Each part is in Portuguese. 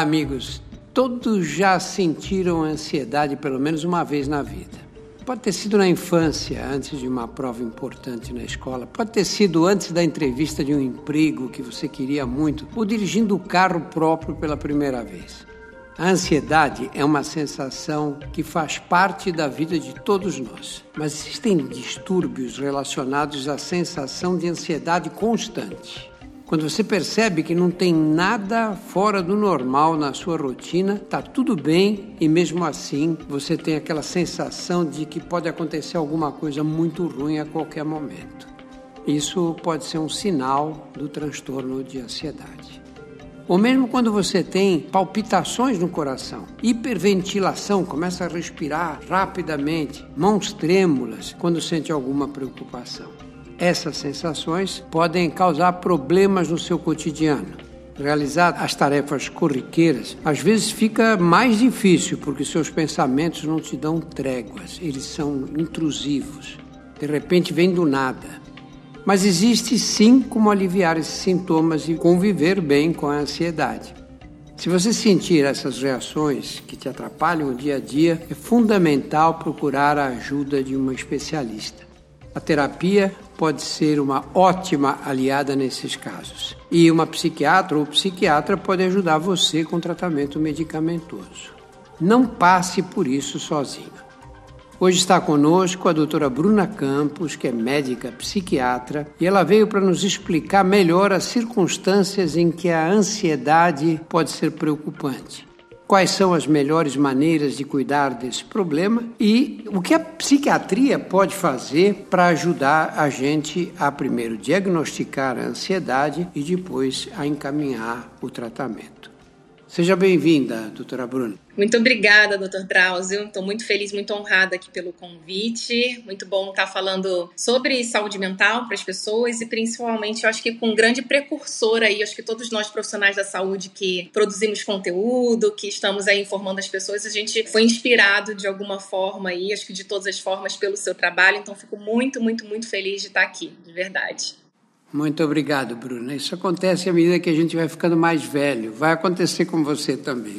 Olá, amigos. Todos já sentiram ansiedade pelo menos uma vez na vida. Pode ter sido na infância, antes de uma prova importante na escola. Pode ter sido antes da entrevista de um emprego que você queria muito, ou dirigindo o carro próprio pela primeira vez. A ansiedade é uma sensação que faz parte da vida de todos nós. Mas existem distúrbios relacionados à sensação de ansiedade constante. Quando você percebe que não tem nada fora do normal na sua rotina, está tudo bem e mesmo assim você tem aquela sensação de que pode acontecer alguma coisa muito ruim a qualquer momento. Isso pode ser um sinal do transtorno de ansiedade. Ou mesmo quando você tem palpitações no coração, hiperventilação, começa a respirar rapidamente, mãos trêmulas quando sente alguma preocupação. Essas sensações podem causar problemas no seu cotidiano. Realizar as tarefas corriqueiras às vezes fica mais difícil porque seus pensamentos não te dão tréguas, eles são intrusivos, de repente vêm do nada. Mas existe sim como aliviar esses sintomas e conviver bem com a ansiedade. Se você sentir essas reações que te atrapalham o dia a dia, é fundamental procurar a ajuda de uma especialista. A terapia pode ser uma ótima aliada nesses casos. E uma psiquiatra ou psiquiatra pode ajudar você com tratamento medicamentoso. Não passe por isso sozinho. Hoje está conosco a doutora Bruna Campos, que é médica psiquiatra, e ela veio para nos explicar melhor as circunstâncias em que a ansiedade pode ser preocupante. Quais são as melhores maneiras de cuidar desse problema e o que a psiquiatria pode fazer para ajudar a gente a primeiro diagnosticar a ansiedade e depois a encaminhar o tratamento. Seja bem-vinda, doutora Bruna. Muito obrigada, doutor Drauzio. Estou muito feliz, muito honrada aqui pelo convite. Muito bom estar falando sobre saúde mental para as pessoas e principalmente, eu acho que com um grande precursor aí, acho que todos nós profissionais da saúde que produzimos conteúdo, que estamos aí informando as pessoas, a gente foi inspirado de alguma forma aí, acho que de todas as formas, pelo seu trabalho. Então, fico muito, muito, muito feliz de estar aqui, de verdade. Muito obrigado, Bruna. Isso acontece à medida que a gente vai ficando mais velho. Vai acontecer com você também,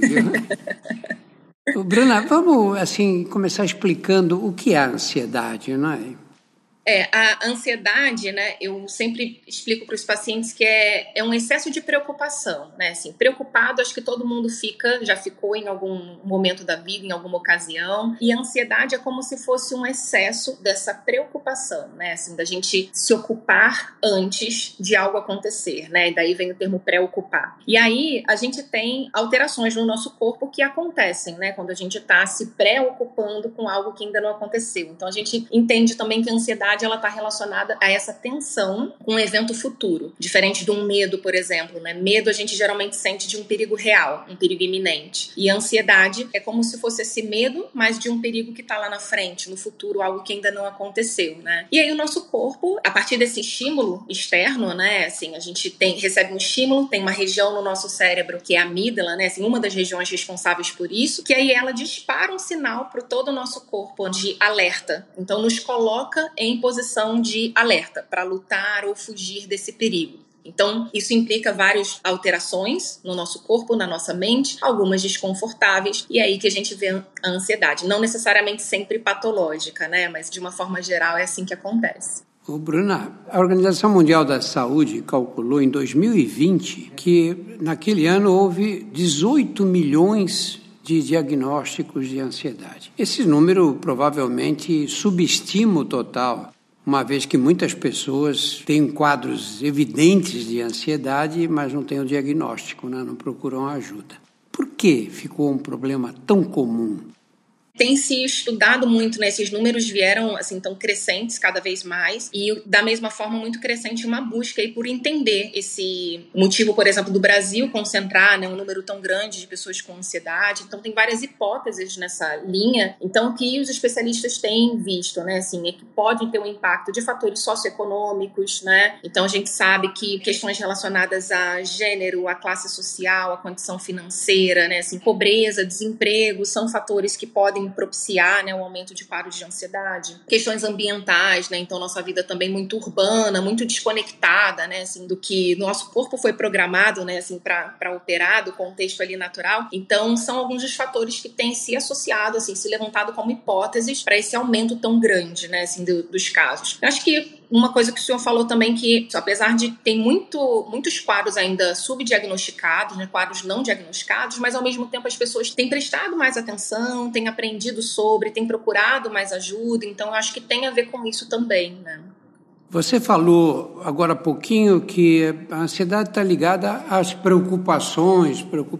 viu? Bruna, vamos começar explicando o que é a ansiedade, não é? A ansiedade, né, eu sempre explico para os pacientes que é um excesso de preocupação, né, assim, preocupado, acho que todo mundo já ficou em algum momento da vida, em alguma ocasião, e a ansiedade é como se fosse um excesso dessa preocupação, né, assim, da gente se ocupar antes de algo acontecer, né, e daí vem o termo preocupar. E aí, a gente tem alterações no nosso corpo que acontecem, né, quando a gente está se preocupando com algo que ainda não aconteceu. Então, a gente entende também que a ansiedade ela está relacionada a essa tensão com um evento futuro. Diferente de um medo, por exemplo, né? Medo a gente geralmente sente de um perigo real, um perigo iminente. E a ansiedade é como se fosse esse medo, mas de um perigo que está lá na frente, no futuro, algo que ainda não aconteceu, né? E aí o nosso corpo, a partir desse estímulo externo, né? Assim, a gente recebe um estímulo, tem uma região no nosso cérebro que é a amígdala, né? Assim, uma das regiões responsáveis por isso, que aí ela dispara um sinal para todo o nosso corpo de alerta. Então nos coloca em posição de alerta para lutar ou fugir desse perigo. Então, isso implica várias alterações no nosso corpo, na nossa mente, algumas desconfortáveis, e é aí que a gente vê a ansiedade. Não necessariamente sempre patológica, né? Mas de uma forma geral é assim que acontece. Bruna, a Organização Mundial da Saúde calculou em 2020 que naquele ano houve 18 milhões de diagnósticos de ansiedade. Esse número provavelmente subestima o total, uma vez que muitas pessoas têm quadros evidentes de ansiedade, mas não têm o diagnóstico, né? Não procuram ajuda. Por que ficou um problema tão comum? Tem se estudado muito, né? Esses números vieram, assim, tão crescentes cada vez mais e, da mesma forma, muito crescente uma busca aí por entender esse motivo, por exemplo, do Brasil concentrar, né, um número tão grande de pessoas com ansiedade. Então, tem várias hipóteses nessa linha. Então, o que os especialistas têm visto, né, assim, é que pode ter um impacto de fatores socioeconômicos, né? Então, a gente sabe que questões relacionadas a gênero, a classe social, a condição financeira, né, assim, pobreza, desemprego, são fatores que podem podem propiciar, né, o aumento de quadros de ansiedade. Questões ambientais, né, então nossa vida também muito urbana, muito desconectada, né, assim, do que nosso corpo foi programado, né, assim, para operar, do contexto ali natural. Então são alguns dos fatores que têm se associado, assim, se levantado como hipóteses para esse aumento tão grande, né, assim, dos casos. Eu acho que uma coisa que o senhor falou também, que apesar de ter muitos quadros ainda subdiagnosticados, né, quadros não diagnosticados, mas ao mesmo tempo as pessoas têm prestado mais atenção, têm aprendido sobre, têm procurado mais ajuda, então eu acho que tem a ver com isso também, né? Você falou agora há pouquinho que a ansiedade está ligada às preocupações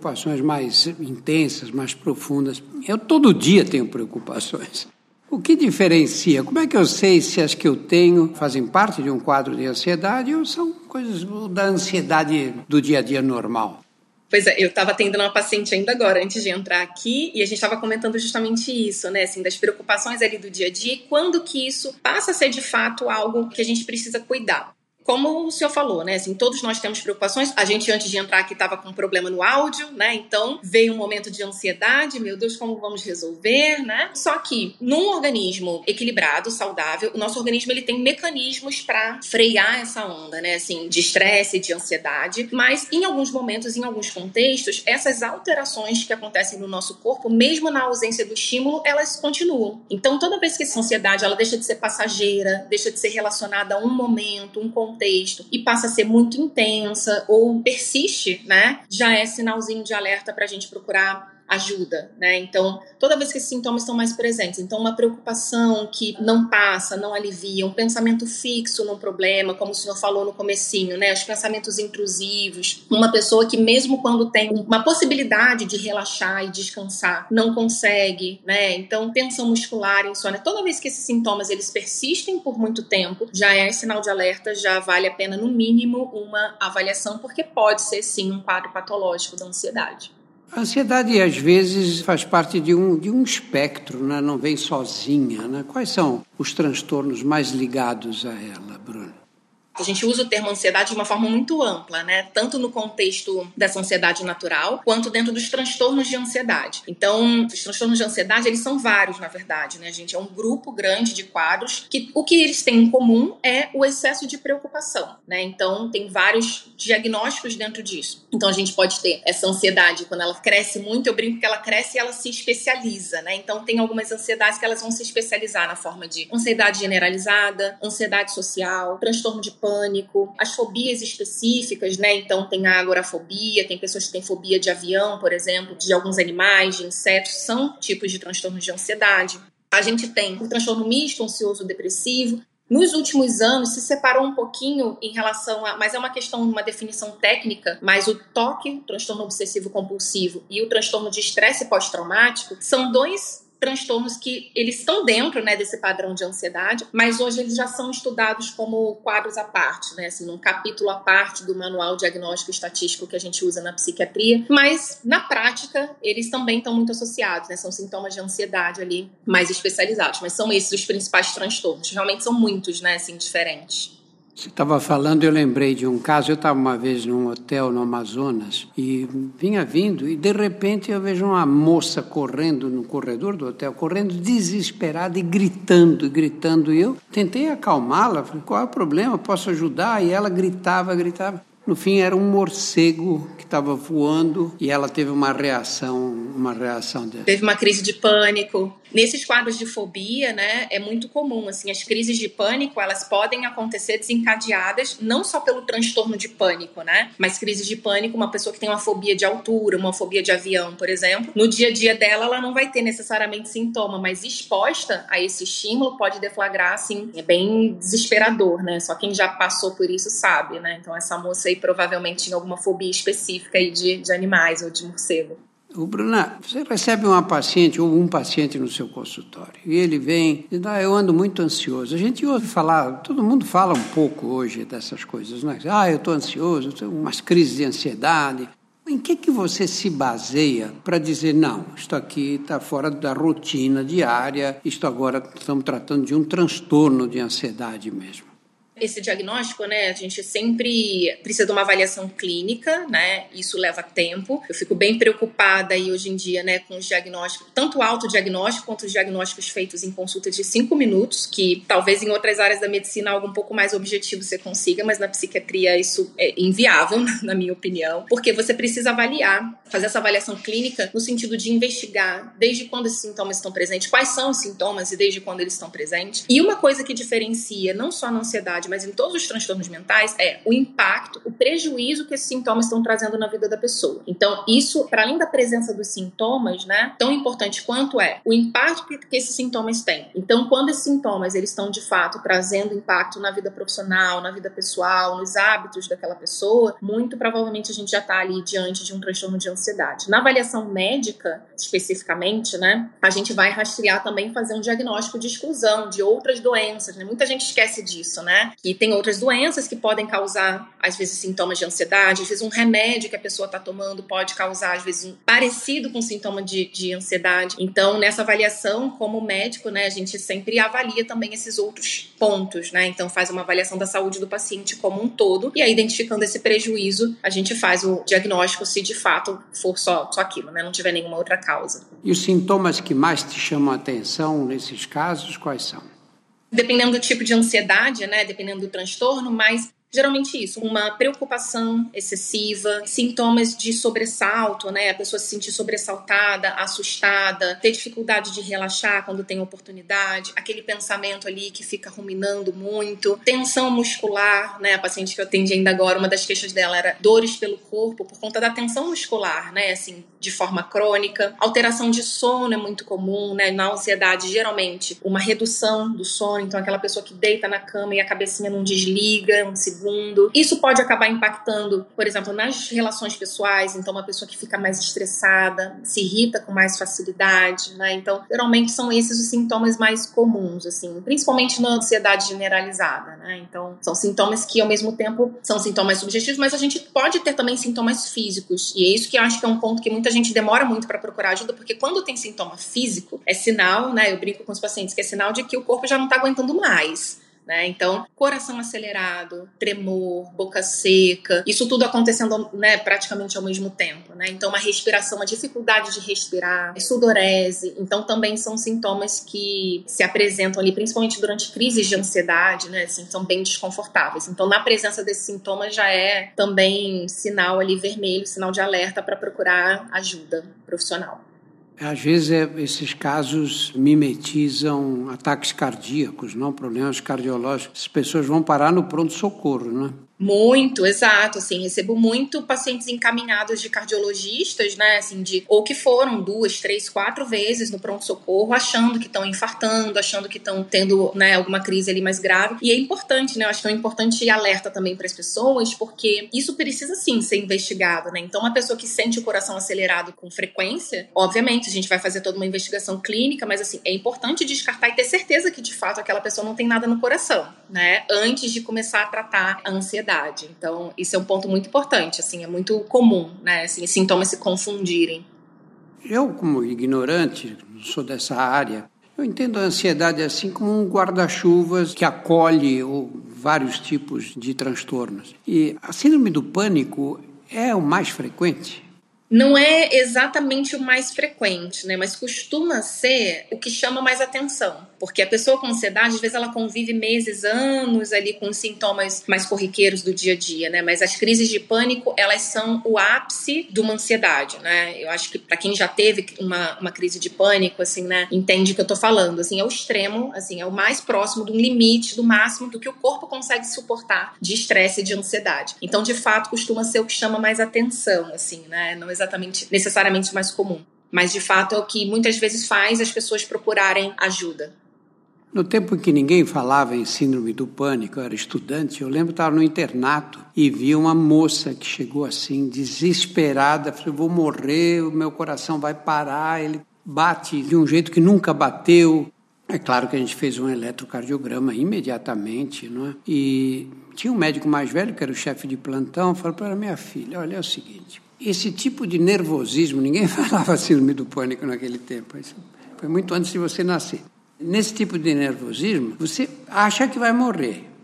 mais intensas, mais profundas. Eu todo dia tenho preocupações. O que diferencia? Como é que eu sei se as que eu tenho fazem parte de um quadro de ansiedade ou são coisas da ansiedade do dia a dia normal? Pois é, eu estava atendendo uma paciente ainda agora, antes de entrar aqui, e a gente estava comentando justamente isso, né, assim, das preocupações ali do dia a dia e quando que isso passa a ser de fato algo que a gente precisa cuidar. Como o senhor falou, né, assim, todos nós temos preocupações. A gente, antes de entrar aqui, estava com um problema no áudio, né, então veio um momento de ansiedade, meu Deus, como vamos resolver, né? Só que, num organismo equilibrado, saudável, o nosso organismo, ele tem mecanismos para frear essa onda, né, assim, de estresse, de ansiedade, mas em alguns momentos, em alguns contextos, essas alterações que acontecem no nosso corpo, mesmo na ausência do estímulo, elas continuam. Então, toda vez que essa ansiedade, ela deixa de ser passageira, deixa de ser relacionada a um momento, um contexto, e passa a ser muito intensa ou persiste, né, já é sinalzinho de alerta para a gente procurar ajuda, né? Então, toda vez que esses sintomas estão mais presentes, então uma preocupação que não passa, não alivia, um pensamento fixo num problema, como o senhor falou no comecinho, né? Os pensamentos intrusivos, uma pessoa que mesmo quando tem uma possibilidade de relaxar e descansar, não consegue, né? Então, tensão muscular, insônia, toda vez que esses sintomas eles persistem por muito tempo, já é sinal de alerta, já vale a pena no mínimo uma avaliação, porque pode ser sim um quadro patológico da ansiedade. A ansiedade, às vezes, faz parte de um espectro, né? Não vem sozinha, né? Quais são os transtornos mais ligados a ela, Bruno? A gente usa o termo ansiedade de uma forma muito ampla, né? Tanto no contexto dessa ansiedade natural, quanto dentro dos transtornos de ansiedade. Então, os transtornos de ansiedade, eles são vários, na verdade, né, gente? É um grupo grande de quadros que o que eles têm em comum é o excesso de preocupação, né? Então, tem vários diagnósticos dentro disso. Então, a gente pode ter essa ansiedade, quando ela cresce muito, eu brinco que ela cresce e ela se especializa, né? Então, tem algumas ansiedades que elas vão se especializar na forma de ansiedade generalizada, ansiedade social, transtorno de pânico, as fobias específicas, né? Então tem a agorafobia, tem pessoas que têm fobia de avião, por exemplo, de alguns animais, de insetos, são tipos de transtornos de ansiedade. A gente tem o transtorno misto, ansioso depressivo. Nos últimos anos se separou um pouquinho em relação a, mas é uma questão, uma definição técnica, mas o TOC, o transtorno obsessivo compulsivo, e o transtorno de estresse pós-traumático são dois transtornos que eles estão dentro, né, desse padrão de ansiedade, mas hoje eles já são estudados como quadros à parte, né, assim, num capítulo à parte do manual diagnóstico estatístico que a gente usa na psiquiatria, mas na prática eles também estão muito associados, né, são sintomas de ansiedade ali mais especializados, mas são esses os principais transtornos, realmente são muitos, né, assim, diferentes. Você estava falando, eu lembrei de um caso. Eu estava uma vez num hotel no Amazonas e vinha vindo e de repente eu vejo uma moça correndo no corredor do hotel, correndo desesperada e gritando. E eu tentei acalmá-la, falei, qual é o problema? Posso ajudar? E ela gritava. No fim era um morcego que estava voando e ela teve uma reação dela. Teve uma crise de pânico. Nesses quadros de fobia, né, é muito comum, assim, as crises de pânico, elas podem acontecer desencadeadas não só pelo transtorno de pânico, né, mas crises de pânico, uma pessoa que tem uma fobia de altura, uma fobia de avião, por exemplo, no dia a dia dela, ela não vai ter necessariamente sintoma, mas exposta a esse estímulo pode deflagrar, assim, é bem desesperador, né, só quem já passou por isso sabe, né, então essa moça aí provavelmente tinha alguma fobia específica aí de animais ou de morcego. Bruna, você recebe uma paciente ou um paciente no seu consultório e ele vem e diz, eu ando muito ansioso. A gente ouve falar, todo mundo fala um pouco hoje dessas coisas, né? Eu estou ansioso, tenho umas crises de ansiedade. Em que você se baseia para dizer, não, isto aqui está fora da rotina diária, isto agora estamos tratando de um transtorno de ansiedade mesmo? Esse diagnóstico, né, a gente sempre precisa de uma avaliação clínica, né, isso leva tempo. Eu fico bem preocupada aí hoje em dia, né, com os diagnósticos, tanto o autodiagnóstico quanto os diagnósticos feitos em consultas de 5 minutos, que talvez em outras áreas da medicina algo um pouco mais objetivo você consiga, mas na psiquiatria isso é inviável, na minha opinião, porque você precisa avaliar, fazer essa avaliação clínica no sentido de investigar desde quando esses sintomas estão presentes, quais são os sintomas e desde quando eles estão presentes. E uma coisa que diferencia, não só na ansiedade, mas em todos os transtornos mentais, é o impacto, o prejuízo que esses sintomas estão trazendo na vida da pessoa. Então, isso, para além da presença dos sintomas, né, tão importante quanto é o impacto que esses sintomas têm. Então, quando esses sintomas eles estão, de fato, trazendo impacto na vida profissional, na vida pessoal, nos hábitos daquela pessoa, muito provavelmente a gente já está ali diante de um transtorno de ansiedade. Na avaliação médica, especificamente, né, a gente vai rastrear também, fazer um diagnóstico de exclusão de outras doenças, né? Muita gente esquece disso, né? Que tem outras doenças que podem causar, às vezes, sintomas de ansiedade, às vezes um remédio que a pessoa está tomando pode causar, às vezes, um parecido com sintoma de ansiedade. Então, nessa avaliação, como médico, né, a gente sempre avalia também esses outros pontos, né? Então, faz uma avaliação da saúde do paciente como um todo, e aí, identificando esse prejuízo, a gente faz o diagnóstico se de fato for só aquilo, né? Não tiver nenhuma outra causa. E os sintomas que mais te chamam a atenção nesses casos, quais são? Dependendo do tipo de ansiedade, né? Dependendo do transtorno, mas geralmente isso, uma preocupação excessiva, sintomas de sobressalto, né? A pessoa se sentir sobressaltada, assustada, ter dificuldade de relaxar quando tem oportunidade, aquele pensamento ali que fica ruminando muito, tensão muscular, né? A paciente que eu atendi ainda agora, uma das queixas dela era dores pelo corpo por conta da tensão muscular, né? Assim, de forma crônica. Alteração de sono é muito comum, né? Na ansiedade, geralmente, uma redução do sono, então aquela pessoa que deita na cama e a cabecinha não desliga um segundo. Isso pode acabar impactando, por exemplo, nas relações pessoais. Então, uma pessoa que fica mais estressada, se irrita com mais facilidade, né? Então, geralmente são esses os sintomas mais comuns, assim, principalmente na ansiedade generalizada, né? Então, são sintomas que, ao mesmo tempo, são sintomas subjetivos, mas a gente pode ter também sintomas físicos. E é isso que eu acho que é um ponto que muita gente demora muito para procurar ajuda, porque quando tem sintoma físico, é sinal, né? Eu brinco com os pacientes que é sinal de que o corpo já não está aguentando mais. Né? Então, coração acelerado, tremor, boca seca, isso tudo acontecendo, né, praticamente ao mesmo tempo, né? Então, uma respiração, uma dificuldade de respirar, sudorese, então também são sintomas que se apresentam ali, principalmente durante crises de ansiedade, né? Assim, são bem desconfortáveis. Então, na presença desses sintomas já é também sinal ali vermelho, sinal de alerta para procurar ajuda profissional. Às vezes esses casos mimetizam ataques cardíacos, não problemas cardiológicos. As pessoas vão parar no pronto-socorro, né? Muito, exato, assim, recebo muito pacientes encaminhados de cardiologistas, né, assim, ou que foram 2, 3, 4 vezes no pronto-socorro, achando que estão infartando, achando que estão tendo, né, alguma crise ali mais grave, e é importante, né, eu acho que é um importante alerta também para as pessoas, porque isso precisa, sim, ser investigado, né, então uma pessoa que sente o coração acelerado com frequência, obviamente, a gente vai fazer toda uma investigação clínica, mas, assim, é importante descartar e ter certeza que, de fato, aquela pessoa não tem nada no coração, né, antes de começar a tratar a ansiedade. Então, isso é um ponto muito importante, assim, é muito comum, né, assim, os sintomas se confundirem. Eu, como ignorante, não sou dessa área, eu entendo a ansiedade assim como um guarda-chuvas que acolhe vários tipos de transtornos. E a síndrome do pânico é o mais frequente? Não é exatamente o mais frequente, né? Mas costuma ser o que chama mais atenção. Porque a pessoa com ansiedade, às vezes, ela convive meses, anos ali com os sintomas mais corriqueiros do dia a dia, né? Mas as crises de pânico, elas são o ápice de uma ansiedade, né? Eu acho que para quem já teve uma crise de pânico, assim, né? Entende o que eu tô falando, assim, é o extremo, assim, é o mais próximo do limite, do máximo do que o corpo consegue suportar de estresse e de ansiedade. Então, de fato, costuma ser o que chama mais atenção, assim, né? Não exatamente, necessariamente mais comum. Mas, de fato, é o que muitas vezes faz as pessoas procurarem ajuda. No tempo em que ninguém falava em síndrome do pânico, eu era estudante, eu lembro que estava no internato e vi uma moça que chegou assim, desesperada, falou, vou morrer, o meu coração vai parar, ele bate de um jeito que nunca bateu. É claro que a gente fez um eletrocardiograma imediatamente, não é? E tinha um médico mais velho, que era o chefe de plantão, falou para minha filha, olha, é o seguinte, esse tipo de nervosismo, ninguém falava síndrome do pânico naquele tempo, isso foi muito antes de você nascer. Nesse tipo de nervosismo, você acha que vai morrer,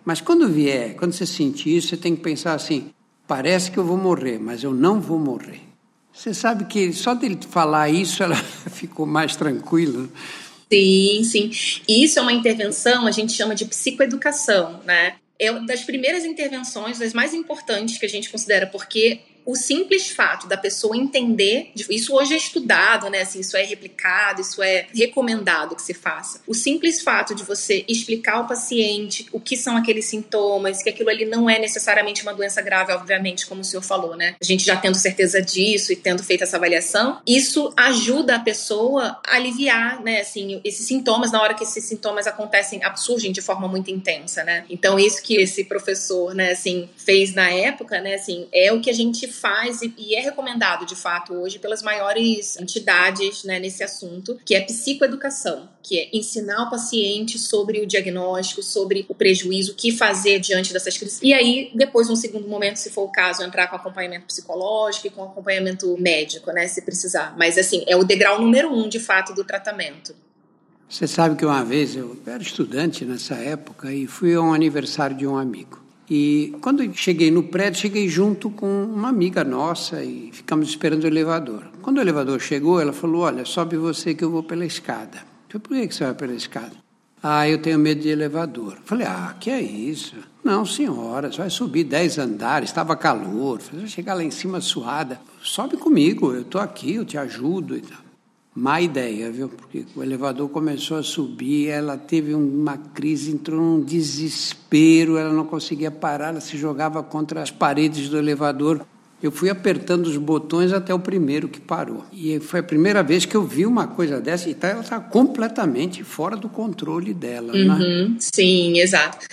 Mas quando você sentir isso, você tem que pensar assim, parece que eu vou morrer, mas eu não vou morrer. Você sabe que só dele falar isso, ela ficou mais tranquila. Sim, sim. Isso é uma intervenção, a gente chama de psicoeducação, né? É uma das primeiras intervenções, das mais importantes que a gente considera, porque o simples fato da pessoa entender, isso hoje é estudado, né? Assim, isso é replicado, isso é recomendado que se faça. O simples fato de você explicar ao paciente o que são aqueles sintomas, que aquilo ali não é necessariamente uma doença grave, obviamente, como o senhor falou, né? A gente já tendo certeza disso e tendo feito essa avaliação, isso ajuda a pessoa a aliviar, né? Assim, esses sintomas, na hora que esses sintomas acontecem, surgem de forma muito intensa, né? Então, isso que esse professor, né, assim, fez na época, né, assim, é o que a gente faz e é recomendado, de fato, hoje pelas maiores entidades, né, nesse assunto, que é psicoeducação, que é ensinar o paciente sobre o diagnóstico, sobre o prejuízo, o que fazer diante dessas crises. E aí, depois, num segundo momento, se for o caso, entrar com acompanhamento psicológico e com acompanhamento médico, né, se precisar. Mas, assim, é o degrau número 1, de fato, do tratamento. Você sabe que uma vez eu era estudante nessa época e fui a um aniversário de um amigo. E quando eu cheguei no prédio, cheguei junto com uma amiga nossa e ficamos esperando o elevador. Quando o elevador chegou, ela falou, olha, sobe você que eu vou pela escada. Eu falei, por que você vai pela escada? Ah, eu tenho medo de elevador. Eu falei, que é isso? Não, senhora, você vai subir 10 andares, estava calor, você vai chegar lá em cima suada. Sobe comigo, eu estou aqui, eu te ajudo e tal. Má ideia, viu? Porque o elevador começou a subir, ela teve uma crise, entrou num desespero, ela não conseguia parar, ela se jogava contra as paredes do elevador. Eu fui apertando os botões até o primeiro que parou. E foi a primeira vez que eu vi uma coisa dessa e ela está completamente fora do controle dela. Né? Sim, exato.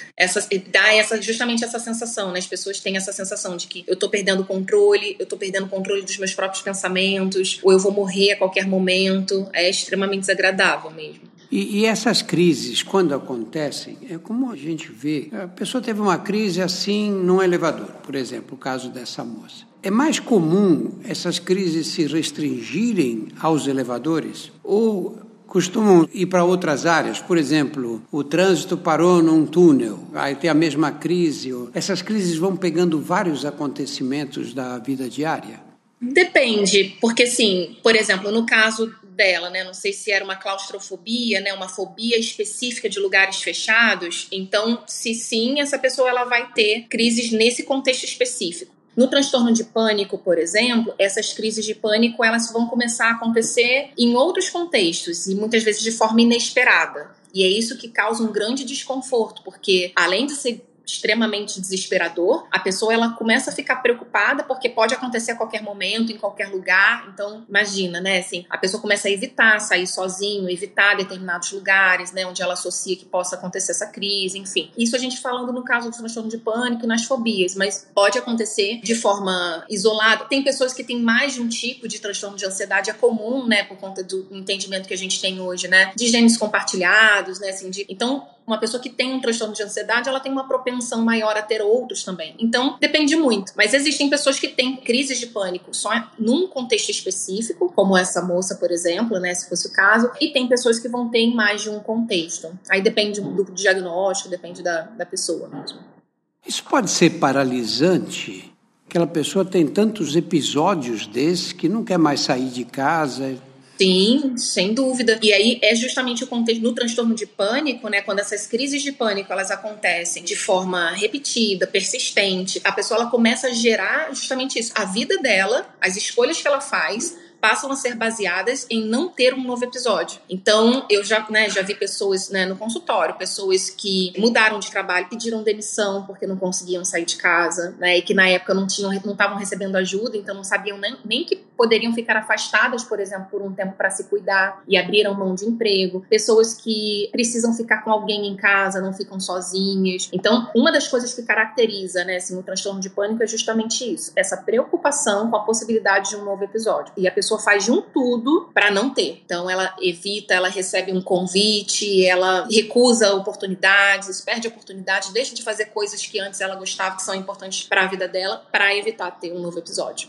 Dá justamente essa sensação, né? As pessoas têm essa sensação de que eu estou perdendo o controle, eu estou perdendo o controle dos meus próprios pensamentos, ou eu vou morrer a qualquer momento. É extremamente desagradável mesmo. E essas crises, quando acontecem, é como a gente vê. A pessoa teve uma crise assim num elevador, por exemplo, o caso dessa moça. É mais comum essas crises se restringirem aos elevadores ou costumam ir para outras áreas? Por exemplo, o trânsito parou num túnel, aí tem a mesma crise. Essas crises vão pegando vários acontecimentos da vida diária? Depende, porque assim, por exemplo, no caso dela, né, não sei se era uma claustrofobia, né, uma fobia específica de lugares fechados, então, se sim, essa pessoa ela vai ter crises nesse contexto específico. No transtorno de pânico, por exemplo, essas crises de pânico elas vão começar a acontecer em outros contextos e muitas vezes de forma inesperada. E é isso que causa um grande desconforto, porque além de ser extremamente desesperador, a pessoa ela começa a ficar preocupada porque pode acontecer a qualquer momento, em qualquer lugar. Então, imagina, né, assim, a pessoa começa a evitar sair sozinho, evitar determinados lugares, né, onde ela associa que possa acontecer essa crise, enfim. Isso a gente falando no caso do transtorno de pânico e nas fobias, mas pode acontecer de forma isolada. Tem pessoas que têm mais de um tipo de transtorno de ansiedade, é comum, né, por conta do entendimento que a gente tem hoje, né, de genes compartilhados, né, assim, então, uma pessoa que tem um transtorno de ansiedade, ela tem uma propensão maior a ter outros também. Então, depende muito. Mas existem pessoas que têm crises de pânico só num contexto específico, como essa moça, por exemplo, né, se fosse o caso, e tem pessoas que vão ter em mais de um contexto. Aí depende do diagnóstico, depende da pessoa mesmo. Isso pode ser paralisante? Aquela pessoa tem tantos episódios desses que não quer mais sair de casa. Sim, sem dúvida. E aí é justamente o contexto no transtorno de pânico, né? Quando essas crises de pânico elas acontecem de forma repetida, persistente, a pessoa ela começa a gerar justamente isso. A vida dela, as escolhas que ela faz, passam a ser baseadas em não ter um novo episódio. Então, eu já vi pessoas, né, no consultório, pessoas que mudaram de trabalho, pediram demissão porque não conseguiam sair de casa, né, e que na época não estavam recebendo ajuda, então não sabiam nem que poderiam ficar afastadas, por exemplo, por um tempo para se cuidar e abriram mão de emprego. Pessoas que precisam ficar com alguém em casa, não ficam sozinhas. Então, uma das coisas que caracteriza, né, assim, o transtorno de pânico é justamente isso, essa preocupação com a possibilidade de um novo episódio. E a pessoa faz de um tudo para não ter. Então, ela evita, ela recebe um convite, ela recusa oportunidades, perde oportunidades, deixa de fazer coisas que antes ela gostava, que são importantes para a vida dela, para evitar ter um novo episódio.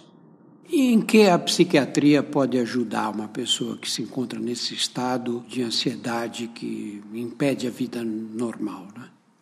E em que a psiquiatria pode ajudar uma pessoa que se encontra nesse estado de ansiedade que impede a vida normal, né?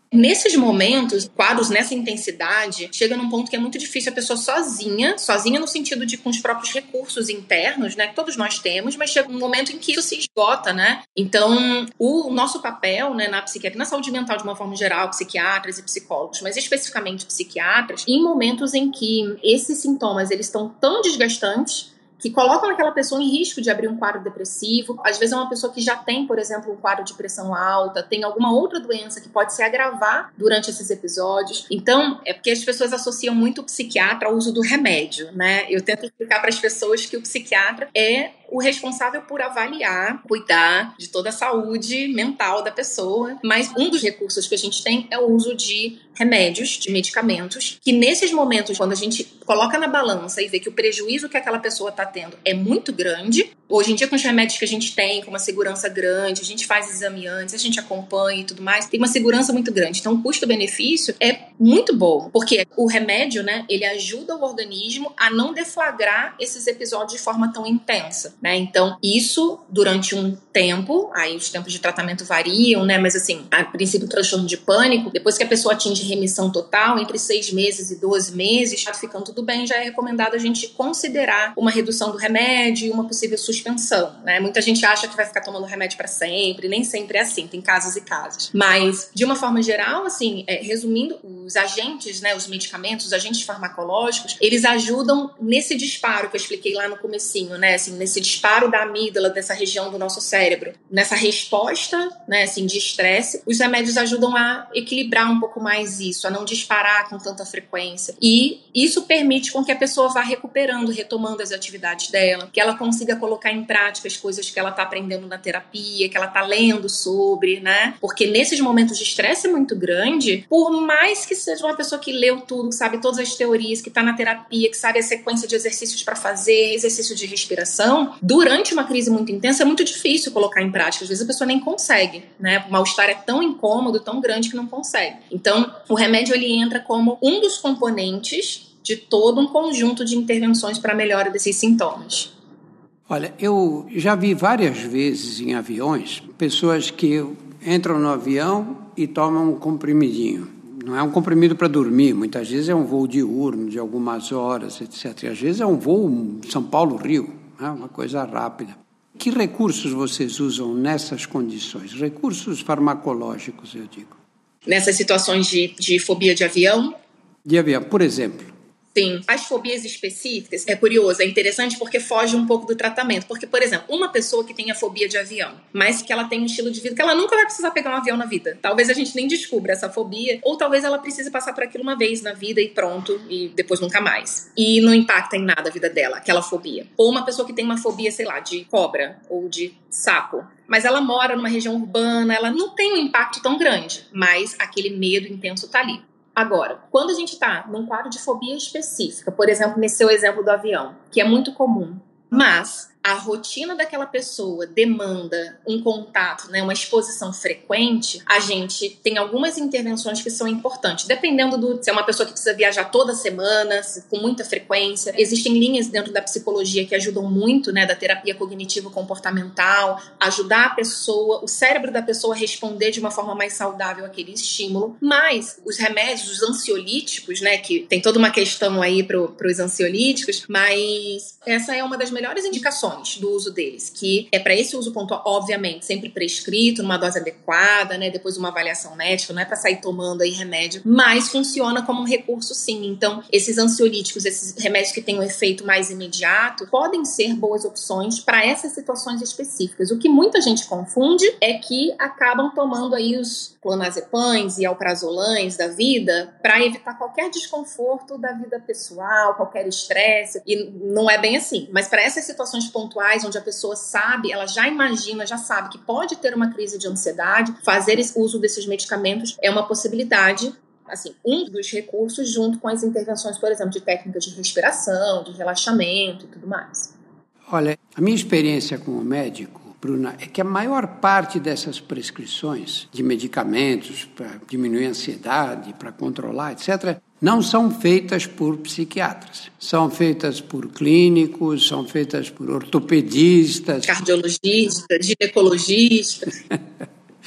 Nesses momentos, quadros nessa intensidade, chega num ponto que é muito difícil a pessoa sozinha no sentido de com os próprios recursos internos, né, que todos nós temos, mas chega um momento em que isso se esgota, né? Então, o nosso papel, né, na psiquiatria, na saúde mental de uma forma geral, psiquiatras e psicólogos, mas especificamente psiquiatras, em momentos em que esses sintomas eles estão tão desgastantes que colocam aquela pessoa em risco de abrir um quadro depressivo. Às vezes é uma pessoa que já tem, por exemplo, um quadro de pressão alta, tem alguma outra doença que pode se agravar durante esses episódios. Então, é porque as pessoas associam muito o psiquiatra ao uso do remédio, né? Eu tento explicar para as pessoas que o psiquiatra é o responsável por avaliar, cuidar de toda a saúde mental da pessoa, mas um dos recursos que a gente tem é o uso de remédios, de medicamentos, que nesses momentos, quando a gente coloca na balança e vê que o prejuízo que aquela pessoa está tendo é muito grande, hoje em dia com os remédios que a gente tem, com uma segurança grande, a gente faz exame antes, a gente acompanha e tudo mais, tem uma segurança muito grande. Então o custo-benefício é muito bom, porque o remédio, né, ele ajuda o organismo a não deflagrar esses episódios de forma tão intensa, né? Então isso durante um tempo, aí os tempos de tratamento variam, né, mas assim, a princípio o transtorno de pânico, depois que a pessoa atinge remissão total, entre 6 meses e 12 meses, ficando tudo bem, já é recomendado a gente considerar uma redução do remédio e uma possível suspensão, né? Muita gente acha que vai ficar tomando remédio para sempre, nem sempre é assim, tem casos e casos. Mas, de uma forma geral, assim, resumindo, os agentes, né, os medicamentos, os agentes farmacológicos, eles ajudam nesse disparo que eu expliquei lá no comecinho, né, assim, nesse disparo da amígdala, dessa região do nosso cérebro, nessa resposta, né, assim, de estresse, os remédios ajudam a equilibrar um pouco mais isso, a não disparar com tanta frequência. E isso permite com que a pessoa vá recuperando, retomando as atividades dela, que ela consiga colocar em prática as coisas que ela está aprendendo na terapia, que ela está lendo sobre, né? Porque nesses momentos de estresse muito grande, por mais que seja uma pessoa que leu tudo, que sabe todas as teorias, que está na terapia, que sabe a sequência de exercícios para fazer, exercício de respiração, durante uma crise muito intensa é muito difícil colocar em prática. Às vezes a pessoa nem consegue, né? O mal-estar é tão incômodo, tão grande que não consegue. Então, o remédio ele entra como um dos componentes de todo um conjunto de intervenções para a melhora desses sintomas. Olha, eu já vi várias vezes em aviões pessoas que entram no avião e tomam um comprimidinho. Não é um comprimido para dormir, muitas vezes é um voo diurno de algumas horas, etc. E às vezes é um voo São Paulo-Rio, né? Uma coisa rápida. Que recursos vocês usam nessas condições? Recursos farmacológicos, eu digo. Nessas situações de fobia de avião? De avião, por exemplo. Sim, as fobias específicas, é curioso, é interessante porque foge um pouco do tratamento. Porque, por exemplo, uma pessoa que tem a fobia de avião, mas que ela tem um estilo de vida que ela nunca vai precisar pegar um avião na vida. Talvez a gente nem descubra essa fobia, ou talvez ela precise passar por aquilo uma vez na vida e pronto, e depois nunca mais. E não impacta em nada a vida dela, aquela fobia. Ou uma pessoa que tem uma fobia, sei lá, de cobra ou de sapo. Mas ela mora numa região urbana, ela não tem um impacto tão grande, mas aquele medo intenso tá ali. Agora, quando a gente está num quadro de fobia específica, por exemplo, nesse seu exemplo do avião, que é muito comum, mas a rotina daquela pessoa demanda um contato, né, uma exposição frequente, a gente tem algumas intervenções que são importantes, dependendo se é uma pessoa que precisa viajar toda semana, com muita frequência. Existem linhas dentro da psicologia que ajudam muito, né, da terapia cognitivo-comportamental, ajudar a pessoa, o cérebro da pessoa a responder de uma forma mais saudável àquele estímulo. Mas os remédios, os ansiolíticos, né, que tem toda uma questão aí para os ansiolíticos, mas essa é uma das melhores indicações do uso deles, que é para esse uso pontual, obviamente, sempre prescrito, numa dose adequada, né, depois uma avaliação médica, não é para sair tomando aí remédio, mas funciona como um recurso sim. Então, esses ansiolíticos, esses remédios que têm um efeito mais imediato, podem ser boas opções para essas situações específicas. O que muita gente confunde é que acabam tomando aí os clonazepams e alprazolães da vida para evitar qualquer desconforto da vida pessoal, qualquer estresse, e não é bem assim. Mas para essas situações pontuais, onde a pessoa sabe, ela já imagina, já sabe que pode ter uma crise de ansiedade, fazer esse uso desses medicamentos é uma possibilidade, assim, um dos recursos junto com as intervenções, por exemplo, de técnicas de respiração, de relaxamento e tudo mais. Olha, a minha experiência como médico, Bruna, é que a maior parte dessas prescrições de medicamentos para diminuir a ansiedade, para controlar, etc., não são feitas por psiquiatras. São feitas por clínicos, são feitas por ortopedistas, cardiologistas, ginecologistas.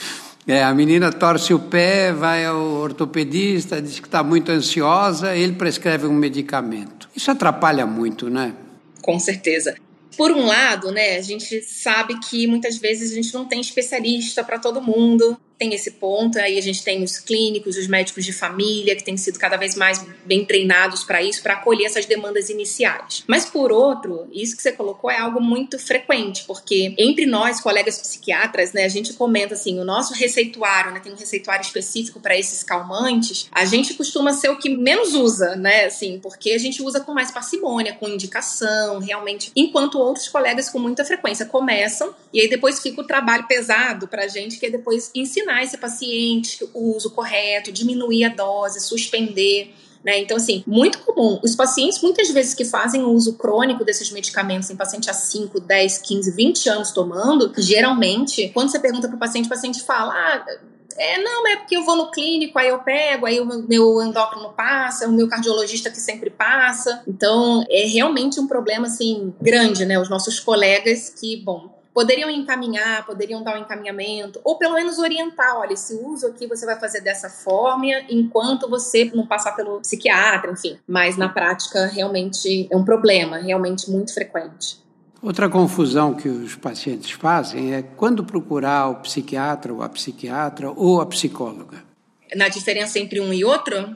A menina torce o pé, vai ao ortopedista, diz que está muito ansiosa, ele prescreve um medicamento. Isso atrapalha muito, né? Com certeza. Por um lado, né, a gente sabe que muitas vezes a gente não tem especialista para todo mundo. Tem esse ponto, aí a gente tem os clínicos, os médicos de família, que têm sido cada vez mais bem treinados para isso, para acolher essas demandas iniciais. Mas, por outro, isso que você colocou é algo muito frequente, porque entre nós, colegas psiquiatras, né, a gente comenta assim, o nosso receituário, né, tem um receituário específico para esses calmantes, a gente costuma ser o que menos usa, né, assim, porque a gente usa com mais parcimônia, com indicação, realmente, enquanto outros colegas com muita frequência começam, e aí depois fica o trabalho pesado para a gente, que é depois ensinar esse paciente o uso correto, diminuir a dose, suspender, né? Então, assim, muito comum. Os pacientes, muitas vezes, que fazem o uso crônico desses medicamentos em paciente há 5, 10, 15, 20 anos tomando, geralmente, quando você pergunta para o paciente fala, não, é porque eu vou no clínico, aí eu pego, aí o meu endócrino passa, o meu cardiologista que sempre passa. Então, é realmente um problema, assim, grande, né? Os nossos colegas que, bom, poderiam encaminhar, poderiam dar um encaminhamento, ou pelo menos orientar, olha, esse uso aqui você vai fazer dessa forma, enquanto você não passar pelo psiquiatra, enfim. Mas na prática, realmente é um problema, realmente muito frequente. Outra confusão que os pacientes fazem é quando procurar o psiquiatra ou a psiquiatra ou a psicóloga. Na diferença entre um e outro?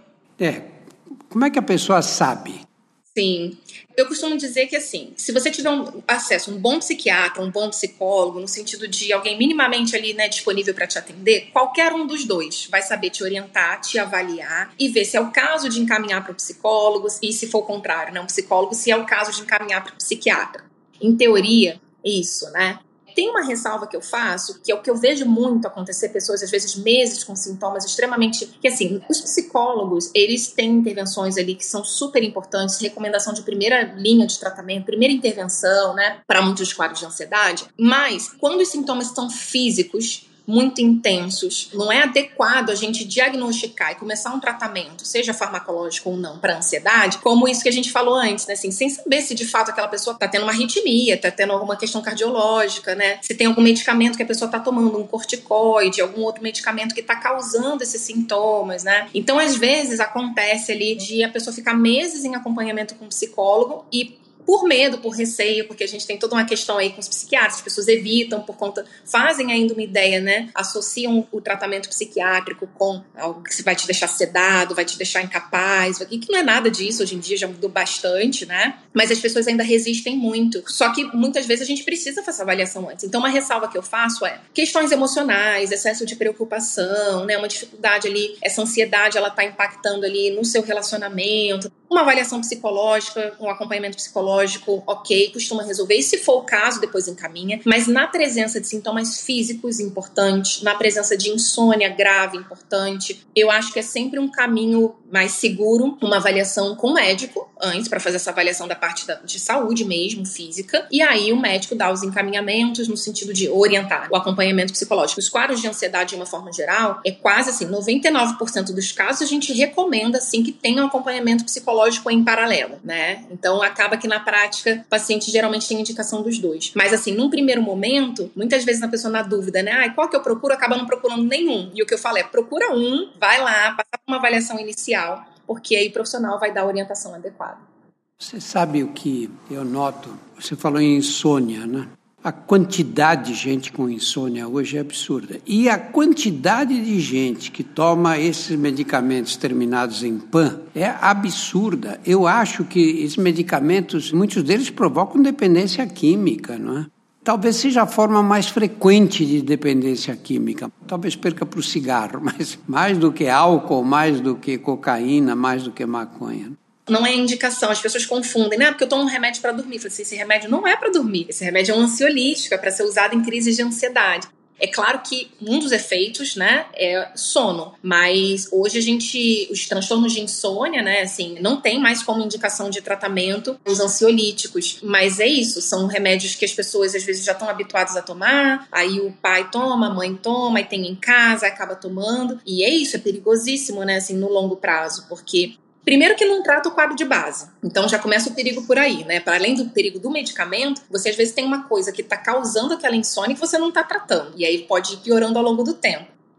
Como é que a pessoa sabe? Sim, eu costumo dizer que assim, se você tiver acesso a um bom psiquiatra, um bom psicólogo, no sentido de alguém minimamente ali, né, disponível para te atender, qualquer um dos dois vai saber te orientar, te avaliar e ver se é o caso de encaminhar para o psicólogo e se for o contrário, né, um psicólogo, se é o caso de encaminhar para o psiquiatra. Em teoria, isso, né? Tem uma ressalva que eu faço, que é o que eu vejo muito acontecer, pessoas, às vezes, meses com sintomas extremamente... Que, assim, os psicólogos, eles têm intervenções ali que são super importantes, recomendação de primeira linha de tratamento, primeira intervenção, né, para muitos quadros de ansiedade. Mas, quando os sintomas são físicos, muito intensos, não é adequado a gente diagnosticar e começar um tratamento, seja farmacológico ou não, para ansiedade, como isso que a gente falou antes, né? Assim, sem saber se de fato aquela pessoa está tendo uma arritmia, está tendo alguma questão cardiológica, né? Se tem algum medicamento que a pessoa está tomando, um corticoide, algum outro medicamento que está causando esses sintomas, né? Então, às vezes, acontece ali de a pessoa ficar meses em acompanhamento com um psicólogo e por medo, por receio, porque a gente tem toda uma questão aí com os psiquiatras, as pessoas evitam por conta, fazem ainda uma ideia, né? Associam o tratamento psiquiátrico com algo que vai te deixar sedado, vai te deixar incapaz, e que não é nada disso, hoje em dia já mudou bastante, né? Mas as pessoas ainda resistem muito. Só que muitas vezes a gente precisa fazer essa avaliação antes. Então, uma ressalva que eu faço é questões emocionais, excesso de preocupação, né? Uma dificuldade ali, essa ansiedade, ela tá impactando ali no seu relacionamento. Uma avaliação psicológica, um acompanhamento psicológico, ok, costuma resolver. E se for o caso, depois encaminha. Mas na presença de sintomas físicos importantes, na presença de insônia grave importante, eu acho que é sempre um caminho mais seguro, uma avaliação com o médico antes, para fazer essa avaliação da parte de saúde mesmo, física. E aí o médico dá os encaminhamentos no sentido de orientar o acompanhamento psicológico. Os quadros de ansiedade, de uma forma geral, é quase assim, 99% dos casos a gente recomenda, assim, que tenha um acompanhamento psicológico em paralelo, né? Então, acaba que na prática, o paciente geralmente tem indicação dos dois. Mas, assim, num primeiro momento, muitas vezes a pessoa na dúvida, né? Qual que eu procuro? Acaba não procurando nenhum. E o que eu falo é, procura um, vai lá, passa por uma avaliação inicial, porque aí o profissional vai dar a orientação adequada. Você sabe o que eu noto? Você falou em insônia, né? A quantidade de gente com insônia hoje é absurda. E a quantidade de gente que toma esses medicamentos terminados em PAN é absurda. Eu acho que esses medicamentos, muitos deles provocam dependência química, não é? Talvez seja a forma mais frequente de dependência química. Talvez perca para o cigarro, mas mais do que álcool, mais do que cocaína, mais do que maconha. Não é indicação, as pessoas confundem, né? Porque eu tomo um remédio para dormir. Eu falei assim, esse remédio não é para dormir, esse remédio é um ansiolítico, é para ser usado em crises de ansiedade. É claro que um dos efeitos, né, é sono, mas hoje os transtornos de insônia, né, assim, não tem mais como indicação de tratamento os ansiolíticos, mas é isso, são remédios que as pessoas às vezes já estão habituadas a tomar, aí o pai toma, a mãe toma, aí tem em casa, acaba tomando, e é isso, é perigosíssimo, né, assim, no longo prazo, porque primeiro que não trata o quadro de base. Então já começa o perigo por aí, né? Para além do perigo do medicamento, você às vezes tem uma coisa que está causando aquela insônia que você não está tratando. E aí pode ir piorando ao longo do tempo.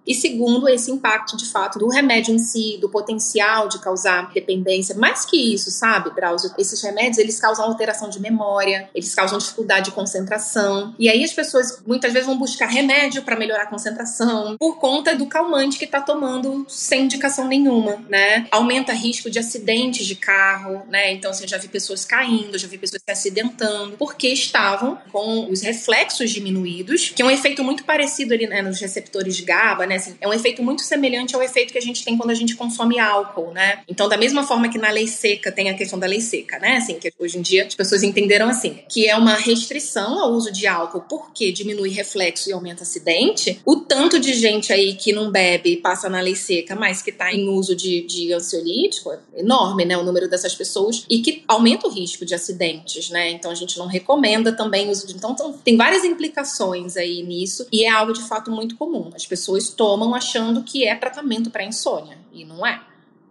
E segundo, esse impacto, de fato, do remédio em si, do potencial de causar dependência. Mais que isso, sabe, Drauzio? Esses remédios, eles causam alteração de memória, eles causam dificuldade de concentração. E aí as pessoas, muitas vezes, vão buscar remédio para melhorar a concentração por conta do calmante que está tomando sem indicação nenhuma, né? Aumenta risco de acidentes de carro, né? Então, assim, eu já vi pessoas caindo, já vi pessoas se acidentando, porque estavam com os reflexos diminuídos, que é um efeito muito parecido ali, né, nos receptores de GABA, né? Assim, é um efeito muito semelhante ao efeito que a gente tem quando a gente consome álcool, né? Então, da mesma forma que na lei seca tem a questão da lei seca, né? Assim, que hoje em dia as pessoas entenderam assim, que é uma restrição ao uso de álcool porque diminui reflexo e aumenta acidente, o tanto de gente aí que não bebe e passa na lei seca, mas que está em uso de ansiolítico é enorme, né? O número dessas pessoas, e que aumenta o risco de acidentes, né? Então, a gente não recomenda também o uso de... Então, tem várias implicações aí nisso, e é algo de fato muito comum. As pessoas tomam achando que é tratamento para insônia, e não é.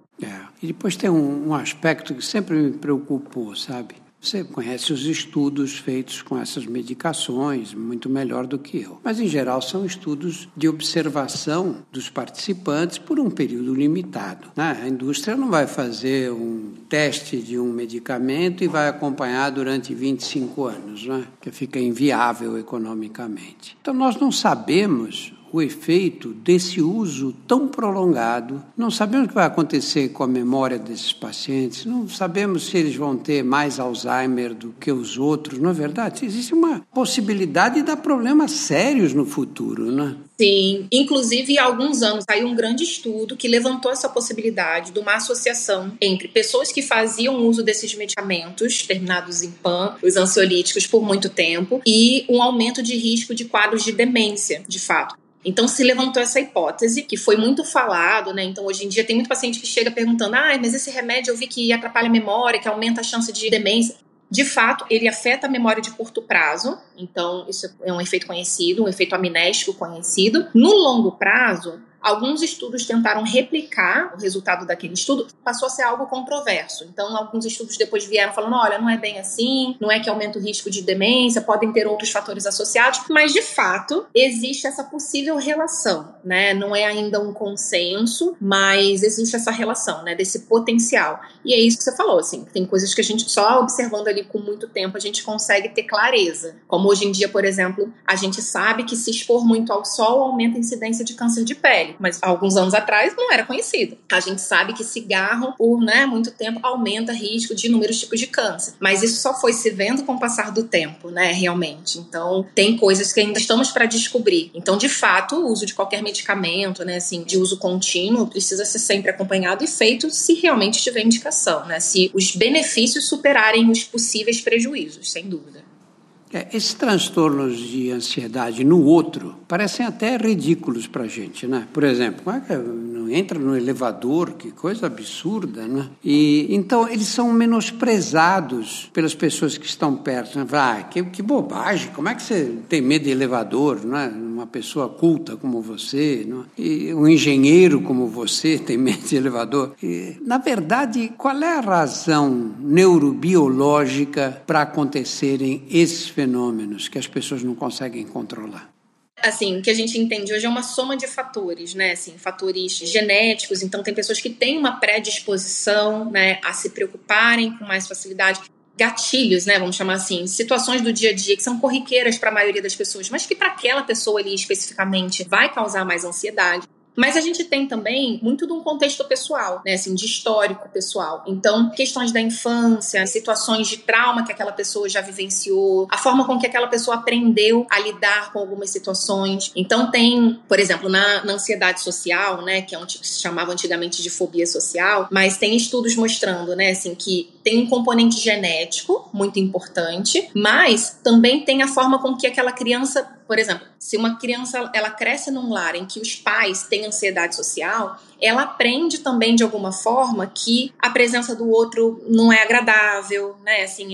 E depois tem um aspecto que sempre me preocupou, sabe? Você conhece os estudos feitos com essas medicações muito melhor do que eu. Mas, em geral, são estudos de observação dos participantes por um período limitado, né? A indústria não vai fazer um teste de um medicamento e vai acompanhar durante 25 anos, né? Que fica inviável economicamente. Então, nós não sabemos o efeito desse uso tão prolongado. Não sabemos o que vai acontecer com a memória desses pacientes, não sabemos se eles vão ter mais Alzheimer do que os outros, não é verdade? Existe uma possibilidade de dar problemas sérios no futuro, né? Sim, inclusive há alguns anos saiu um grande estudo que levantou essa possibilidade de uma associação entre pessoas que faziam uso desses medicamentos, terminados em PAN, os ansiolíticos, por muito tempo, e um aumento de risco de quadros de demência, de fato. Então, se levantou essa hipótese, que foi muito falado, né? Então, hoje em dia, tem muito paciente que chega perguntando: mas esse remédio eu vi que atrapalha a memória, que aumenta a chance de demência. De fato, ele afeta a memória de curto prazo, então isso é um efeito conhecido, um efeito amnésico conhecido. No longo prazo, alguns estudos tentaram replicar o resultado daquele estudo, passou a ser algo controverso. Então, alguns estudos depois vieram falando: olha, não é bem assim, não é que aumenta o risco de demência, podem ter outros fatores associados, mas, de fato, existe essa possível relação, né? Não é ainda um consenso, mas existe essa relação, né, desse potencial. E é isso que você falou, assim, tem coisas que a gente só observando ali com muito tempo a gente consegue ter clareza. Como hoje em dia, por exemplo, a gente sabe que se expor muito ao sol aumenta a incidência de câncer de pele, mas há alguns anos atrás não era conhecido. A gente sabe que cigarro, por muito tempo, aumenta risco de inúmeros tipos de câncer, mas isso só foi se vendo com o passar do tempo, né, realmente. Então, tem coisas que ainda estamos para descobrir. Então, de fato, o uso de qualquer medicamento, né, assim, de uso contínuo, precisa ser sempre acompanhado e feito se realmente tiver indicação, né, se os benefícios superarem os possíveis prejuízos, sem dúvida. Esses transtornos de ansiedade no outro parecem até ridículos para a gente, né? Por exemplo, como é que não entra no elevador? Que coisa absurda, né? E então eles são menosprezados pelas pessoas que estão perto, né? Que bobagem! Como é que você tem medo de elevador, não é? Uma pessoa culta como você, não é? E um engenheiro como você tem medo de elevador. E, na verdade, qual é a razão neurobiológica para acontecerem esses fenômenos que as pessoas não conseguem controlar? Assim, o que a gente entende hoje é uma soma de fatores, né? Assim, fatores genéticos. Então, tem pessoas que têm uma predisposição, né, a se preocuparem com mais facilidade. Gatilhos, né, vamos chamar assim, situações do dia a dia que são corriqueiras para a maioria das pessoas, mas que para aquela pessoa ali especificamente vai causar mais ansiedade. Mas a gente tem também muito de um contexto pessoal, né, assim, de histórico pessoal. Então, questões da infância, situações de trauma que aquela pessoa já vivenciou, a forma com que aquela pessoa aprendeu a lidar com algumas situações. Então, tem, por exemplo, na ansiedade social, né, que é um tipo que se chamava antigamente de fobia social, mas tem estudos mostrando, né, assim, que tem um componente genético muito importante, mas também tem a forma com que aquela criança, por exemplo, se uma criança ela cresce num lar em que os pais têm ansiedade social, ela aprende também de alguma forma que a presença do outro não é agradável, né? Assim, ela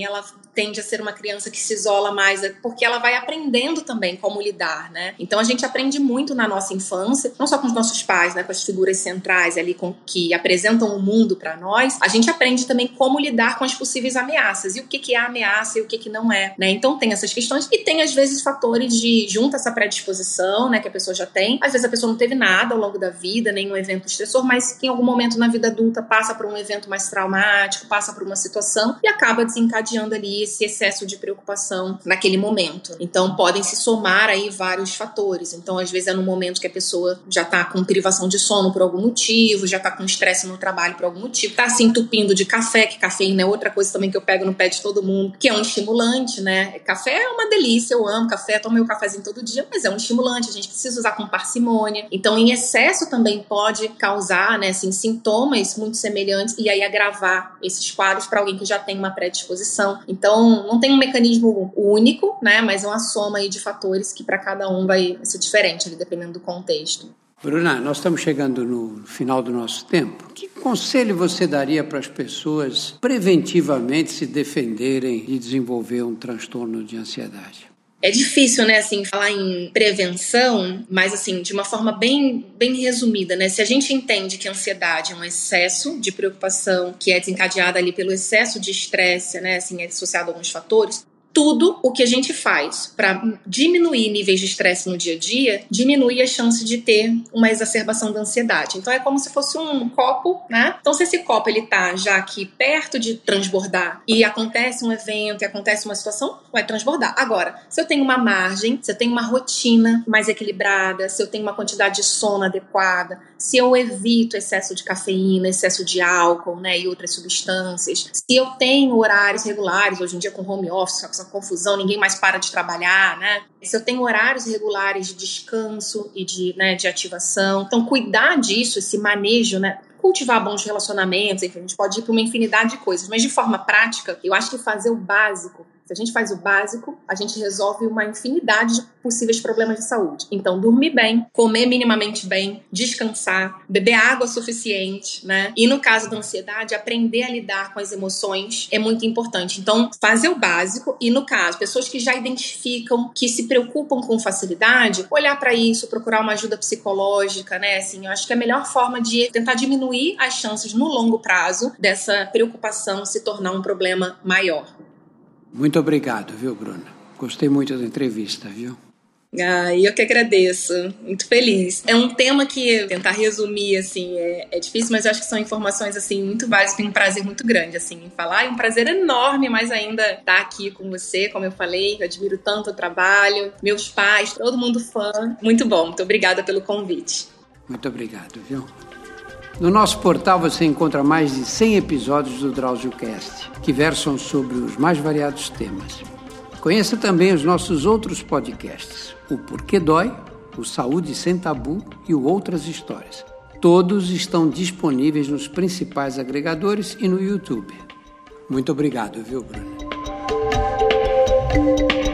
tende a ser uma criança que se isola mais, porque ela vai aprendendo também como lidar, né? Então a gente aprende muito na nossa infância, não só com os nossos pais, né, com as figuras centrais ali que apresentam o mundo para nós, a gente aprende também como lidar com as possíveis ameaças, e o que é ameaça e o que não é, né? Então tem essas questões, e tem às vezes fatores de, junto a essa predisposição, né, que a pessoa já tem, às vezes a pessoa não teve nada ao longo da vida, nenhum evento estressor, mas que em algum momento na vida adulta passa por um evento mais traumático, passa por uma situação e acaba desencadeando ali esse excesso de preocupação naquele momento. Então podem se somar aí vários fatores. Então às vezes é no momento que a pessoa já tá com privação de sono por algum motivo, já tá com estresse no trabalho por algum motivo, tá se entupindo de café, que cafeína é outra coisa também que eu pego no pé de todo mundo, que é um estimulante, né? Café é uma delícia, eu amo café, tomo meu cafezinho todo dia, mas é um estimulante, a gente precisa usar com parcimônia. Então em excesso também pode causar, né, assim, sintomas muito semelhantes e aí agravar esses quadros para alguém que já tem uma predisposição. Então não tem um mecanismo único, né, mas é uma soma aí de fatores que para cada um vai ser diferente, ali, dependendo do contexto. Bruna, nós estamos chegando no final do nosso tempo. Que conselho você daria para as pessoas preventivamente se defenderem de desenvolver um transtorno de ansiedade? É difícil, né, assim, falar em prevenção, mas, assim, de uma forma bem resumida, né? Se a gente entende que a ansiedade é um excesso de preocupação que é desencadeada ali pelo excesso de estresse, né, assim, é associado a alguns fatores, tudo o que a gente faz para diminuir níveis de estresse no dia a dia, diminui a chance de ter uma exacerbação da ansiedade. Então é como se fosse um copo, né? Então se esse copo ele tá já aqui perto de transbordar e acontece um evento, e acontece uma situação, vai transbordar. Agora, se eu tenho uma margem, se eu tenho uma rotina mais equilibrada, se eu tenho uma quantidade de sono adequada, se eu evito excesso de cafeína, excesso de álcool, né, e outras substâncias, se eu tenho horários regulares, hoje em dia com home office, com essa confusão, ninguém mais para de trabalhar, né? Se eu tenho horários regulares de descanso e de ativação, então cuidar disso, esse manejo, né? Cultivar bons relacionamentos, enfim, a gente pode ir para uma infinidade de coisas, mas de forma prática, eu acho que fazer o básico, se a gente faz o básico, a gente resolve uma infinidade de possíveis problemas de saúde. Então, dormir bem, comer minimamente bem, descansar, beber água suficiente, né? E no caso da ansiedade, aprender a lidar com as emoções é muito importante. Então, fazer o básico e, no caso, pessoas que já identificam, que se preocupam com facilidade, olhar para isso, procurar uma ajuda psicológica, né? Assim, eu acho que é a melhor forma de tentar diminuir as chances no longo prazo dessa preocupação se tornar um problema maior. Muito obrigado, viu, Bruna? Gostei muito da entrevista, viu? Eu que agradeço, muito feliz. É um tema que tentar resumir, assim, é difícil, mas eu acho que são informações, assim, muito válidas. Tenho um prazer muito grande, assim, em falar. É um prazer enorme, mas ainda estar aqui com você, como eu falei, eu admiro tanto o trabalho, meus pais, todo mundo fã. Muito bom, muito obrigada pelo convite. Muito obrigado, viu? No nosso portal você encontra mais de 100 episódios do DrauzioCast, que versam sobre os mais variados temas. Conheça também os nossos outros podcasts, o Porquê Dói, o Saúde Sem Tabu e o Outras Histórias. Todos estão disponíveis nos principais agregadores e no YouTube. Muito obrigado, viu, Bruno?